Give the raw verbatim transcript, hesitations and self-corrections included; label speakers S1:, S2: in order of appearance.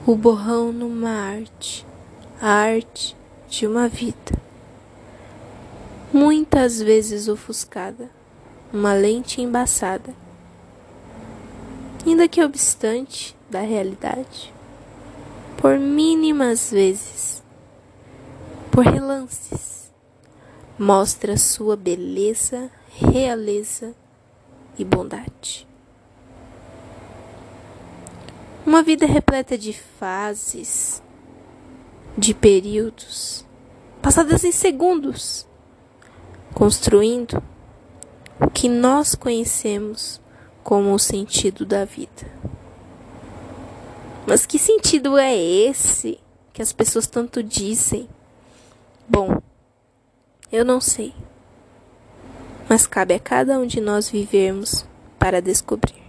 S1: O borrão numa arte, a arte de uma vida, muitas vezes ofuscada, uma lente embaçada, ainda que obstante da realidade, por mínimas vezes, por relances, mostra sua beleza, realeza e bondade. Uma vida repleta de fases, de períodos, passadas em segundos, construindo o que nós conhecemos como o sentido da vida. Mas que sentido é esse que as pessoas tanto dizem? Bom, eu não sei, mas cabe a cada um de nós vivermos para descobrir.